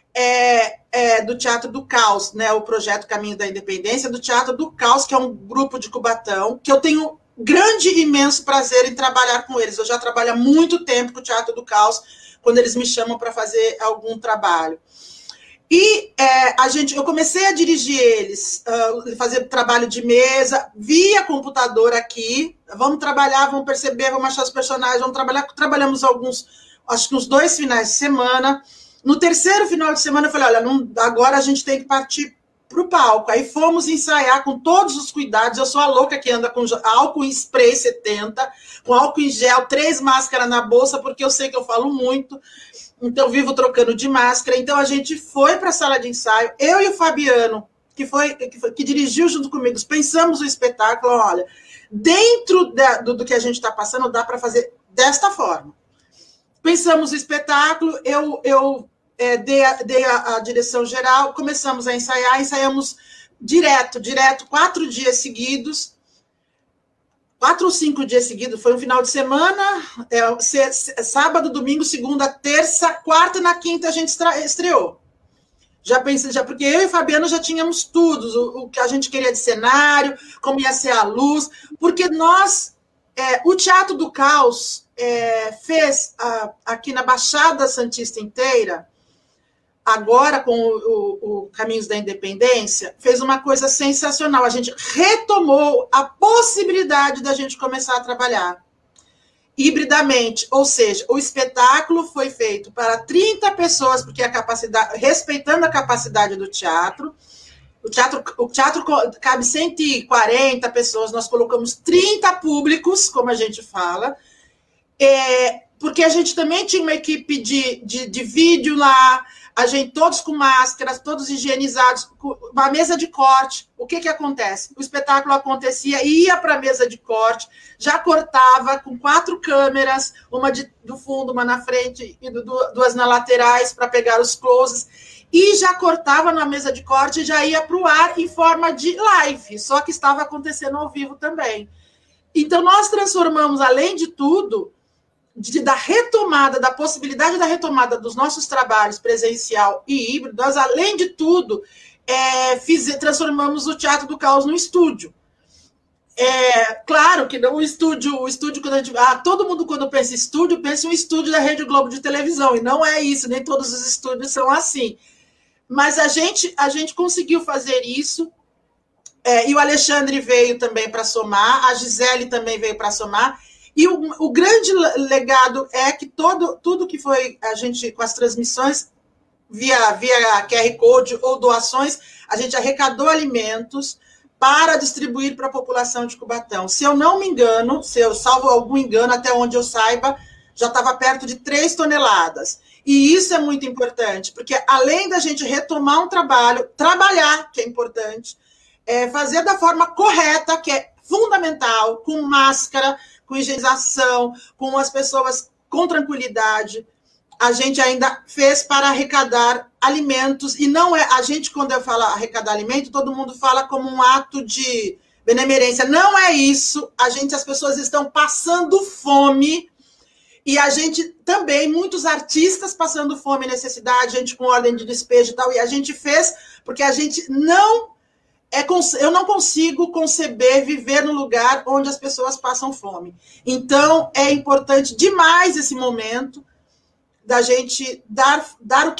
do Teatro do Caos, né, o projeto Caminho da Independência, do Teatro do Caos, que é um grupo de Cubatão, que eu tenho grande e imenso prazer em trabalhar com eles. Eu já trabalho há muito tempo com o Teatro do Caos, quando eles me chamam para fazer algum trabalho. E eu comecei a dirigir eles, fazer trabalho de mesa, via computador aqui, vamos trabalhar, vamos perceber, vamos achar os personagens, vamos trabalhar, trabalhamos acho que uns 2 finais de semana. No terceiro final de semana eu falei, olha, agora a gente tem que partir para o palco. Aí fomos ensaiar com todos os cuidados, eu sou a louca que anda com álcool em spray 70, com álcool em gel, 3 máscaras na bolsa, porque eu sei que eu falo muito, então vivo trocando de máscara. Então a gente foi para a sala de ensaio, eu e o Fabiano, que dirigiu junto comigo, pensamos o espetáculo, olha, dentro do que a gente está passando, dá para fazer desta forma. Pensamos o espetáculo, eu dei a direção geral, começamos a ensaiamos direto, 4 dias seguidos, 4 ou 5 dias seguidos, foi um final de semana, sábado, domingo, segunda, terça, quarta, na quinta a gente estreou. Porque eu e Fabiano já tínhamos tudo, o que a gente queria de cenário, como ia ser a luz, porque o Teatro do Caos fez aqui na Baixada Santista inteira, agora com o Caminhos da Independência, fez uma coisa sensacional. A gente retomou a possibilidade da gente começar a trabalhar hibridamente, ou seja, o espetáculo foi feito para 30 pessoas, porque respeitando a capacidade do teatro. O teatro cabe 140 pessoas, nós colocamos 30 públicos, como a gente fala, porque a gente também tinha uma equipe de vídeo lá, todos com máscaras, todos higienizados, uma mesa de corte. O que acontece? O espetáculo acontecia, ia para a mesa de corte, já cortava com 4 câmeras, uma do fundo, uma na frente e 2 na laterais, para pegar os closes, e já cortava na mesa de corte e já ia para o ar em forma de live, só que estava acontecendo ao vivo também. Então, nós transformamos, além de tudo, da possibilidade da retomada dos nossos trabalhos presencial e híbrido, nós, além de tudo, transformamos o Teatro do Caos no estúdio. Claro que o estúdio quando a gente, todo mundo, quando pensa em estúdio, pensa em um estúdio da Rede Globo de televisão, e não é isso, nem todos os estúdios são assim. Mas a gente conseguiu fazer isso, e o Alexandre veio também para somar, a Gisele também veio para somar. E o grande legado é que tudo que foi a gente, com as transmissões via QR Code ou doações, a gente arrecadou alimentos para distribuir para a população de Cubatão. Se eu não me engano, se eu salvo algum engano, até onde eu saiba, já estava perto de 3 toneladas. E isso é muito importante, porque além da gente retomar um trabalhar, que é importante, fazer da forma correta, que é fundamental, com máscara, com higienização, com as pessoas com tranquilidade, a gente ainda fez para arrecadar alimentos, e não a gente, quando eu falo arrecadar alimento, todo mundo fala como um ato de benemerência, não é isso, as pessoas estão passando fome, e a gente também, muitos artistas passando fome e necessidade, gente com ordem de despejo e tal, e a gente fez, porque a gente eu não consigo conceber viver no lugar onde as pessoas passam fome. Então, é importante demais esse momento da gente dar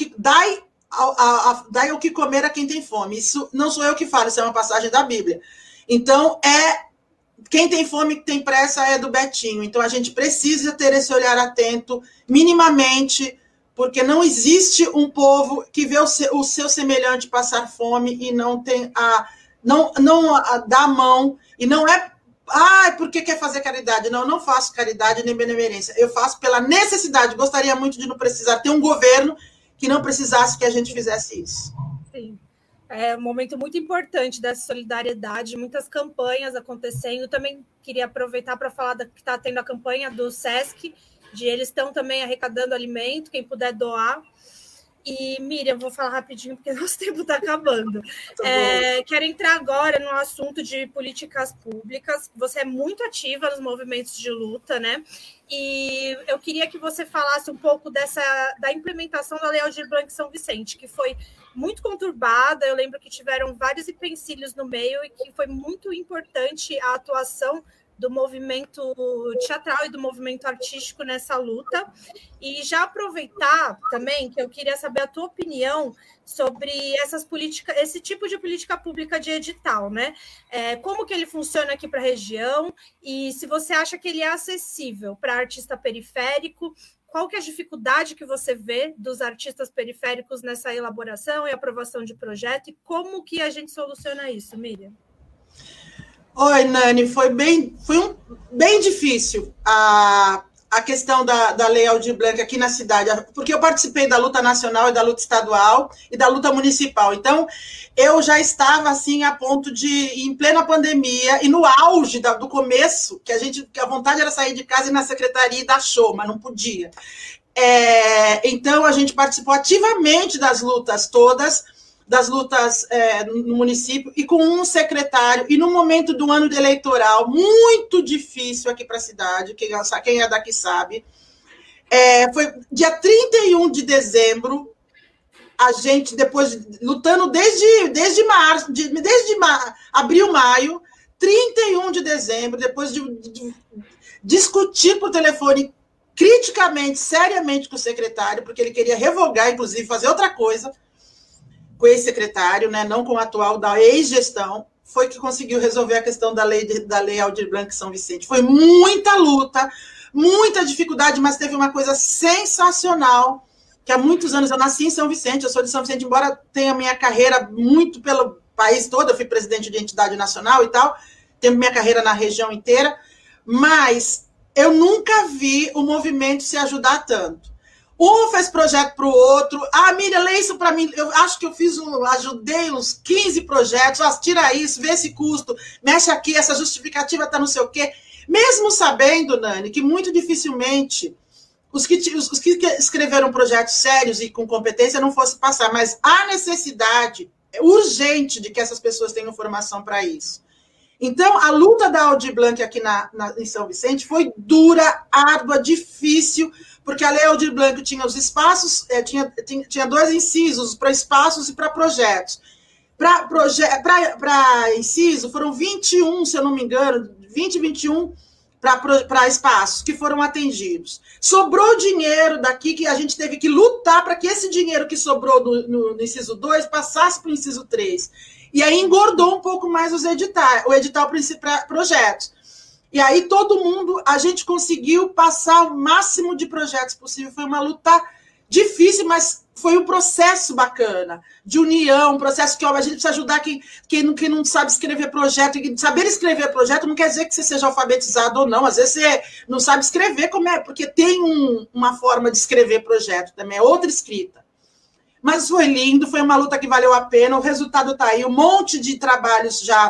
o que comer a quem tem fome. Isso não sou eu que falo, isso é uma passagem da Bíblia. Então, quem tem fome, tem pressa, é do Betinho. Então, a gente precisa ter esse olhar atento, minimamente, porque não existe um povo que vê o seu semelhante passar fome e não tem não dá a mão, e não é porque quer fazer caridade. Não, eu não faço caridade nem benemerência. Eu faço pela necessidade. Gostaria muito de não precisar ter um governo que não precisasse que a gente fizesse isso. Sim. É um momento muito importante dessa solidariedade, muitas campanhas acontecendo. Também queria aproveitar para falar que está tendo a campanha do SESC, eles estão também arrecadando alimento, quem puder doar. E, Miriam, vou falar rapidinho, porque nosso tempo está acabando. Quero entrar agora no assunto de políticas públicas. Você é muito ativa nos movimentos de luta, né? E eu queria que você falasse um pouco da implementação da Lei Aldir Blanc São Vicente, que foi muito conturbada. Eu lembro que tiveram vários empecilhos no meio e que foi muito importante a atuação do movimento teatral e do movimento artístico nessa luta. E já aproveitar também que eu queria saber a tua opinião sobre esse tipo de política pública de edital, né? Como que ele funciona aqui para a região e se você acha que ele é acessível para artista periférico, qual que é a dificuldade que você vê dos artistas periféricos nessa elaboração e aprovação de projeto e como que a gente soluciona isso, Miriam? Oi, Nani, foi bem difícil a questão da Lei Aldir Blanc aqui na cidade, porque eu participei da luta nacional e da luta estadual e da luta municipal. Então, eu já estava assim a ponto de, em plena pandemia e no auge do começo, que a vontade era sair de casa e ir na secretaria e dar show, mas não podia. Então, a gente participou ativamente das lutas todas, no município, e com um secretário, e no momento do ano eleitoral, muito difícil aqui para a cidade, quem é daqui sabe, foi dia 31 de dezembro, A gente, depois, lutando desde março, abril, maio, 31 de dezembro, depois de discutir por telefone criticamente, seriamente com o secretário, porque ele queria revogar, inclusive, fazer outra coisa com esse secretário, né, não com o atual da ex-gestão, foi que conseguiu resolver a questão da lei Aldir Blanc São Vicente. Foi muita luta, muita dificuldade, mas teve uma coisa sensacional, que há muitos anos eu nasci em São Vicente, eu sou de São Vicente, embora tenha minha carreira muito pelo país todo, eu fui presidente de entidade nacional e tal, tenho minha carreira na região inteira, mas eu nunca vi o movimento se ajudar tanto. Um fez projeto para o outro. Miriam, lê isso para mim. Eu acho que eu ajudei uns 15 projetos. Tira isso, vê esse custo, mexe aqui, essa justificativa está não sei o quê. Mesmo sabendo, Nani, que muito dificilmente os que escreveram projetos sérios e com competência não fosse passar, mas há necessidade urgente de que essas pessoas tenham formação para isso. Então, a luta da Aldir Blanc aqui em São Vicente foi dura, árdua, difícil, porque a Lei Aldir Blanc tinha os espaços, tinha 2 incisos, para espaços e para projetos. Para inciso, foram 21, se eu não me engano, 21 para espaços que foram atendidos. Sobrou dinheiro daqui que a gente teve que lutar para que esse dinheiro que sobrou no inciso 2 passasse para o inciso 3. E aí engordou um pouco mais o edital para projetos. E aí todo mundo, a gente conseguiu passar o máximo de projetos possível. Foi uma luta difícil, mas foi um processo bacana, de união, um processo que a gente precisa ajudar quem não sabe escrever projeto. E saber escrever projeto não quer dizer que você seja alfabetizado ou não. Às vezes você não sabe escrever, porque tem uma forma de escrever projeto também, é outra escrita. Mas foi lindo, foi uma luta que valeu a pena, o resultado está aí, um monte de trabalhos já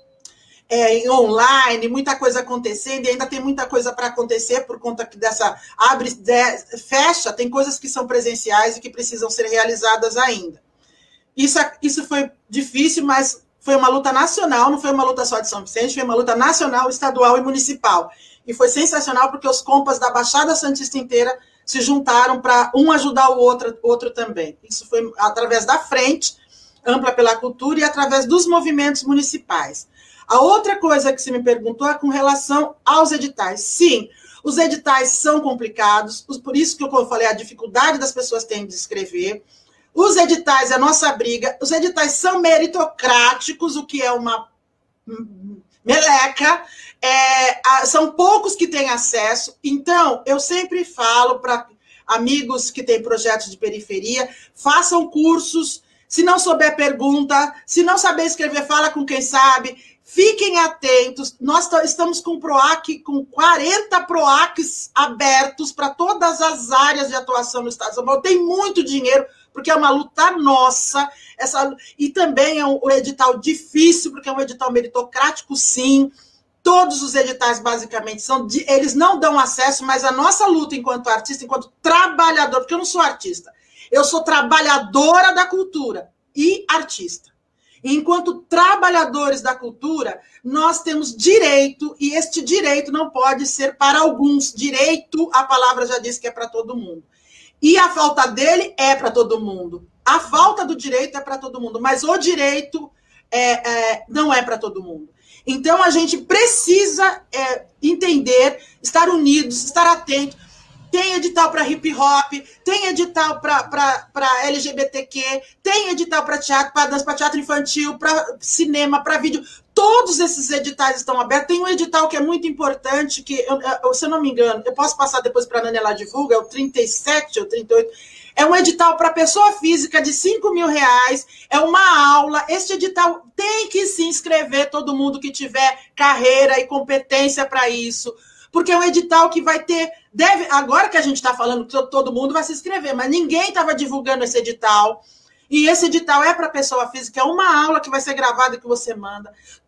online, muita coisa acontecendo, e ainda tem muita coisa para acontecer por conta que dessa fecha, tem coisas que são presenciais e que precisam ser realizadas ainda. Isso foi difícil, mas foi uma luta nacional, não foi uma luta só de São Vicente, foi uma luta nacional, estadual e municipal. E foi sensacional porque os compas da Baixada Santista inteira se juntaram para um ajudar o outro também. Isso foi através da Frente Ampla pela Cultura e através dos movimentos municipais. A outra coisa que você me perguntou é com relação aos editais. Sim, os editais são complicados, por isso que eu falei a dificuldade das pessoas terem de escrever. Os editais é a nossa briga. Os editais são meritocráticos, o que é uma meleca. São poucos que têm acesso. Então, eu sempre falo para amigos que têm projetos de periferia, façam cursos. Se não souber, pergunta. Se não saber escrever, fala com quem sabe. Fiquem atentos. Nós estamos com PROAC, com 40 PROACs abertos para todas as áreas de atuação no Estado de São Paulo. Tem muito dinheiro, porque é uma luta nossa. E também é um edital difícil, porque é um edital meritocrático, sim. Todos os editais, basicamente, eles não dão acesso, mas a nossa luta enquanto artista, enquanto trabalhador, porque eu não sou artista, eu sou trabalhadora da cultura e artista. E enquanto trabalhadores da cultura, nós temos direito, e este direito não pode ser para alguns. Direito, a palavra já diz que é para todo mundo. E a falta dele é para todo mundo. A falta do direito é para todo mundo, mas o direito não é para todo mundo. Então, a gente precisa entender, estar unidos, estar atento. Tem edital para hip-hop, tem edital para LGBTQ, tem edital para teatro, para dança, para teatro infantil, para cinema, para vídeo. Todos esses editais estão abertos. Tem um edital que é muito importante, que, se eu não me engano, eu posso passar depois para a Nani, ela divulga, é o 37 ou 38. É um edital para pessoa física de R$5.000, é uma aula. Este edital tem que se inscrever, todo mundo que tiver carreira e competência para isso, porque é um edital que vai ter... agora que a gente está falando que todo mundo vai se inscrever, mas ninguém estava divulgando esse edital. E esse edital é para pessoa física, é uma aula que vai ser gravada que você manda.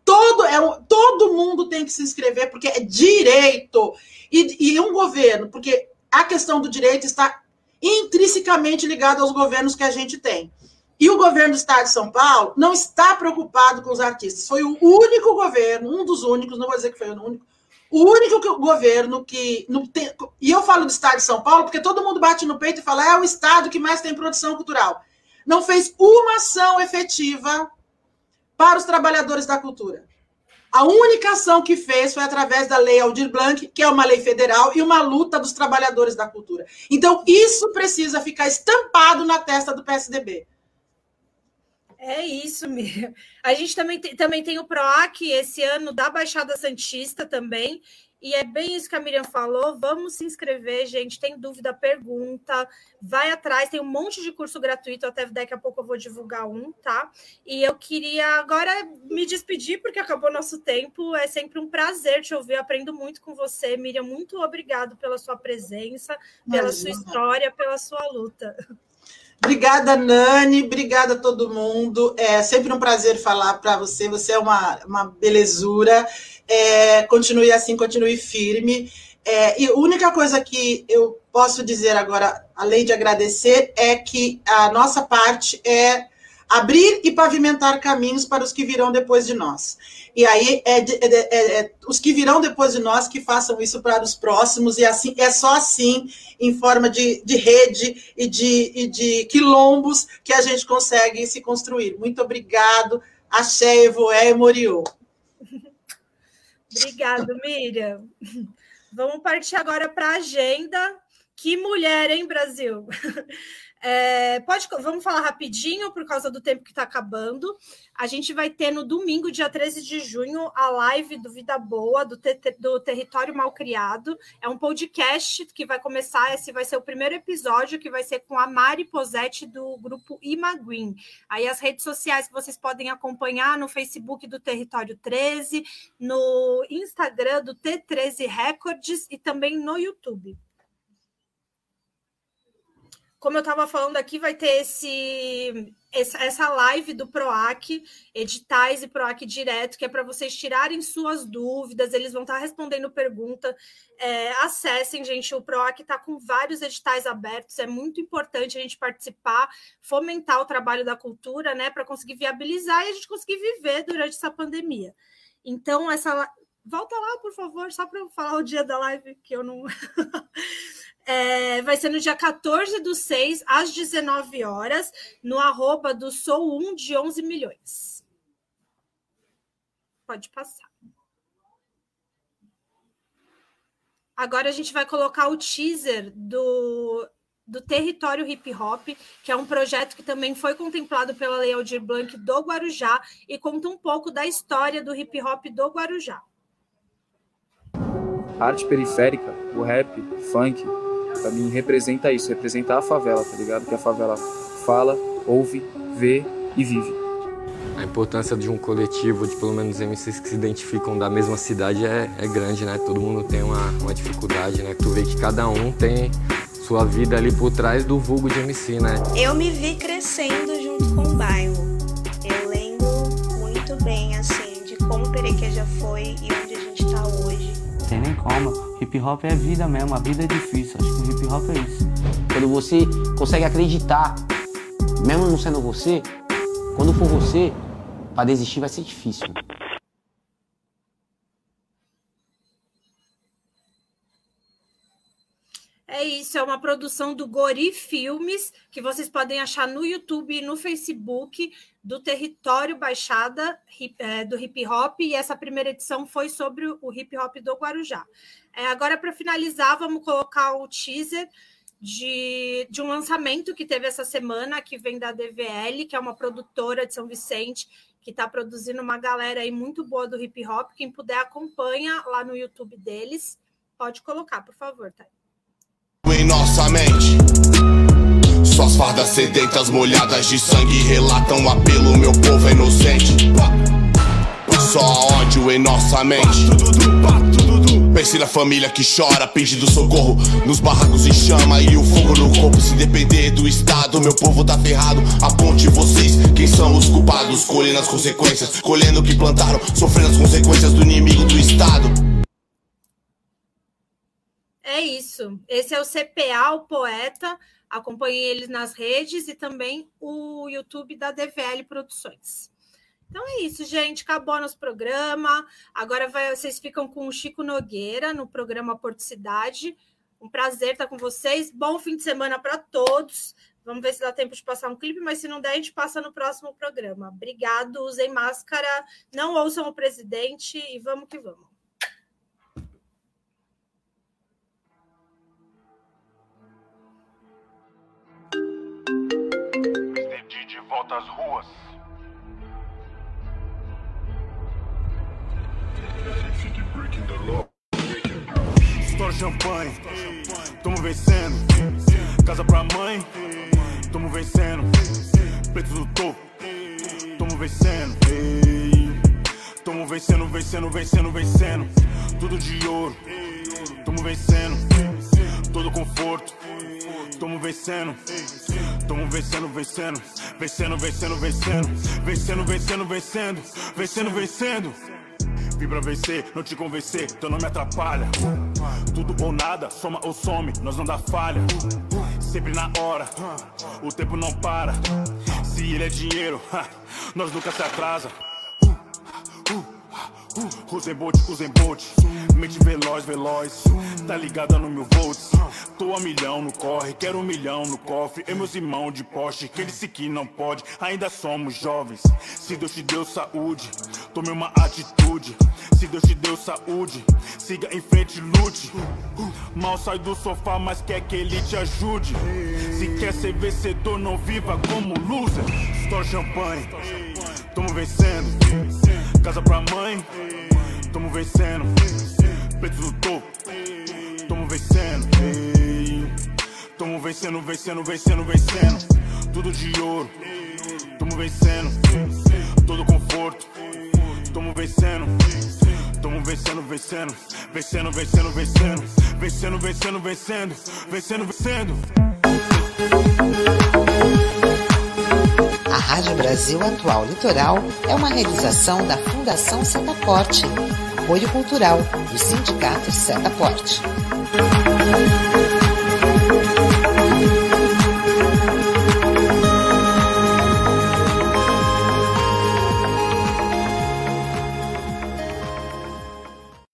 Todo mundo tem que se inscrever, porque é direito. E um governo, porque a questão do direito está intrinsecamente ligada aos governos que a gente tem. E o governo do Estado de São Paulo não está preocupado com os artistas. Foi o único governo, um dos únicos, não vou dizer que foi o único governo que... E eu falo do Estado de São Paulo porque todo mundo bate no peito e fala, é o Estado que mais tem produção cultural. não fez uma ação efetiva para os trabalhadores da cultura. A única ação que fez foi através da Lei Aldir Blanc, que é uma lei federal, e uma luta dos trabalhadores da cultura. Então, isso precisa ficar estampado na testa do PSDB. É isso, Miriam. A gente também tem o PROAC esse ano da Baixada Santista também, e é bem isso que a Miriam falou. Vamos se inscrever, gente. Tem dúvida, pergunta, vai atrás. Tem um monte de curso gratuito, até daqui a pouco eu vou divulgar um, tá? E eu queria agora me despedir, porque acabou nosso tempo. É sempre um prazer te ouvir, eu aprendo muito com você, Miriam. Muito obrigado pela sua presença, pela sua história, pela sua luta. Obrigada, Nani, obrigada a todo mundo. É sempre um prazer falar para você. Você é uma belezura. Continue assim, continue firme. E a única coisa que eu posso dizer agora, além de agradecer, é que a nossa parte é abrir e pavimentar caminhos para os que virão depois de nós. E aí os que virão depois de nós que façam isso para os próximos, e assim é só assim, em forma de rede e de quilombos, que a gente consegue se construir. Muito obrigado. Axé, Evoé e Moriô. Obrigado, Miriam. Vamos partir agora para a agenda. Que mulher, hein, Brasil? Vamos falar rapidinho, por causa do tempo que está acabando. A gente vai ter no domingo, dia 13 de junho, a live do Vida Boa, do Território Malcriado. É um podcast que vai começar, esse vai ser o primeiro episódio, que vai ser com a Mari Posetti, do grupo Imaguin. Aí as redes sociais que vocês podem acompanhar no Facebook do Território 13, no Instagram do T13 Records e também no YouTube. Como eu estava falando aqui, vai ter essa live do PROAC, editais e PROAC direto, que é para vocês tirarem suas dúvidas, eles vão estar respondendo pergunta. Acessem, gente, o PROAC está com vários editais abertos, é muito importante a gente participar, fomentar o trabalho da cultura, né, para conseguir viabilizar e a gente conseguir viver durante essa pandemia. Então, volta lá, por favor, só para eu falar o dia da live, que eu não... Vai ser no dia 14/6, às 19 horas, no @ do Sou1 de 11 milhões. Pode passar. Agora a gente vai colocar o teaser do Território Hip Hop, que é um projeto que também foi contemplado pela Lei Aldir Blanc do Guarujá e conta um pouco da história do hip hop do Guarujá. A arte periférica, o rap, o funk, pra mim representa isso, representa a favela, tá ligado? Que a favela fala, ouve, vê e vive. A importância de um coletivo, de pelo menos MCs que se identificam da mesma cidade é grande, né? Todo mundo tem uma dificuldade, né? Tu vê que cada um tem sua vida ali por trás do vulgo de MC, né? Eu me vi crescendo junto com o bairro. Eu lembro muito bem, assim, de como Perequeja foi e onde a gente tá hoje. Não tem nem como. Hip hop é vida mesmo, a vida é difícil. Acho que o hip hop é isso. Quando você consegue acreditar, mesmo não sendo você, quando for você, pra desistir vai ser difícil. É isso, é uma produção do Gori Filmes, que vocês podem achar no YouTube e no Facebook, do Território Baixada, do hip hop, e essa primeira edição foi sobre o hip hop do Guarujá. Agora, para finalizar, vamos colocar o teaser de um lançamento que teve essa semana, que vem da DVL, que é uma produtora de São Vicente, que está produzindo uma galera aí muito boa do hip hop. Quem puder, acompanha lá no YouTube deles. Pode colocar, por favor, Thay. Em nossa mente, suas fardas sedentas molhadas de sangue relatam o apelo, meu povo é inocente. Só ódio em nossa mente. Pense na família que chora, pedindo socorro, nos barracos em chama e o fogo no corpo. Se depender do Estado, meu povo tá ferrado. Aponte vocês, quem são os culpados, colhendo as consequências, colhendo o que plantaram, sofrendo as consequências do inimigo do Estado. É isso. Esse é o CPA, o Poeta. Acompanhem eles nas redes e também o YouTube da DVL Produções. Então é isso, gente. Acabou nosso programa. Agora vocês ficam com o Chico Nogueira no programa Porto Cidade. Um prazer estar com vocês. Bom fim de semana para todos. Vamos ver se dá tempo de passar um clipe, mas se não der, a gente passa no próximo programa. Obrigado, usem máscara, não ouçam o presidente e vamos que vamos. Decidi de volta às ruas. Estoura champanhe, tamo vencendo. Casa pra mãe, tamo vencendo. Preto do topo, tamo vencendo. Tamo vencendo, vencendo, vencendo, vencendo. Tudo de ouro, tamo vencendo. Todo conforto, tamo vencendo. Tamo vencendo, vencendo. Vencendo, vencendo, vencendo. Vencendo, vencendo, vencendo. Vencendo, vencendo. Vim pra vencer, não te convencer, teu nome atrapalha. Tudo ou nada, soma ou some, nós não dá falha. Sempre na hora, o tempo não para. Se ele é dinheiro, nós nunca se atrasa. Usain Bolt, mente veloz, veloz. Tá ligada no 1000 volts. Tô a milhão no corre, quero 1 milhão no cofre. Eu meus irmãos de Porsche, quem disse que não pode? Ainda somos jovens. Se Deus te deu saúde, tome uma atitude. Se Deus te deu saúde, siga em frente, lute. Mal sai do sofá, mas quer que ele te ajude. Se quer ser vencedor, não viva como loser. Estoura champanhe, tamo vencendo. Casa pra mãe, tamo vencendo. Preto do topo, tamo vencendo. Tamo vencendo, vencendo, vencendo, vencendo. Tudo de ouro, tamo vencendo. Todo conforto, tamo vencendo. Tamo vencendo, vencendo. Vencendo, vencendo, vencendo. Vencendo, vencendo, vencendo. Vencendo, vencendo. A Rádio Brasil Atual Litoral é uma realização da Fundação Setaporte, apoio cultural do Sindicato Setaporte.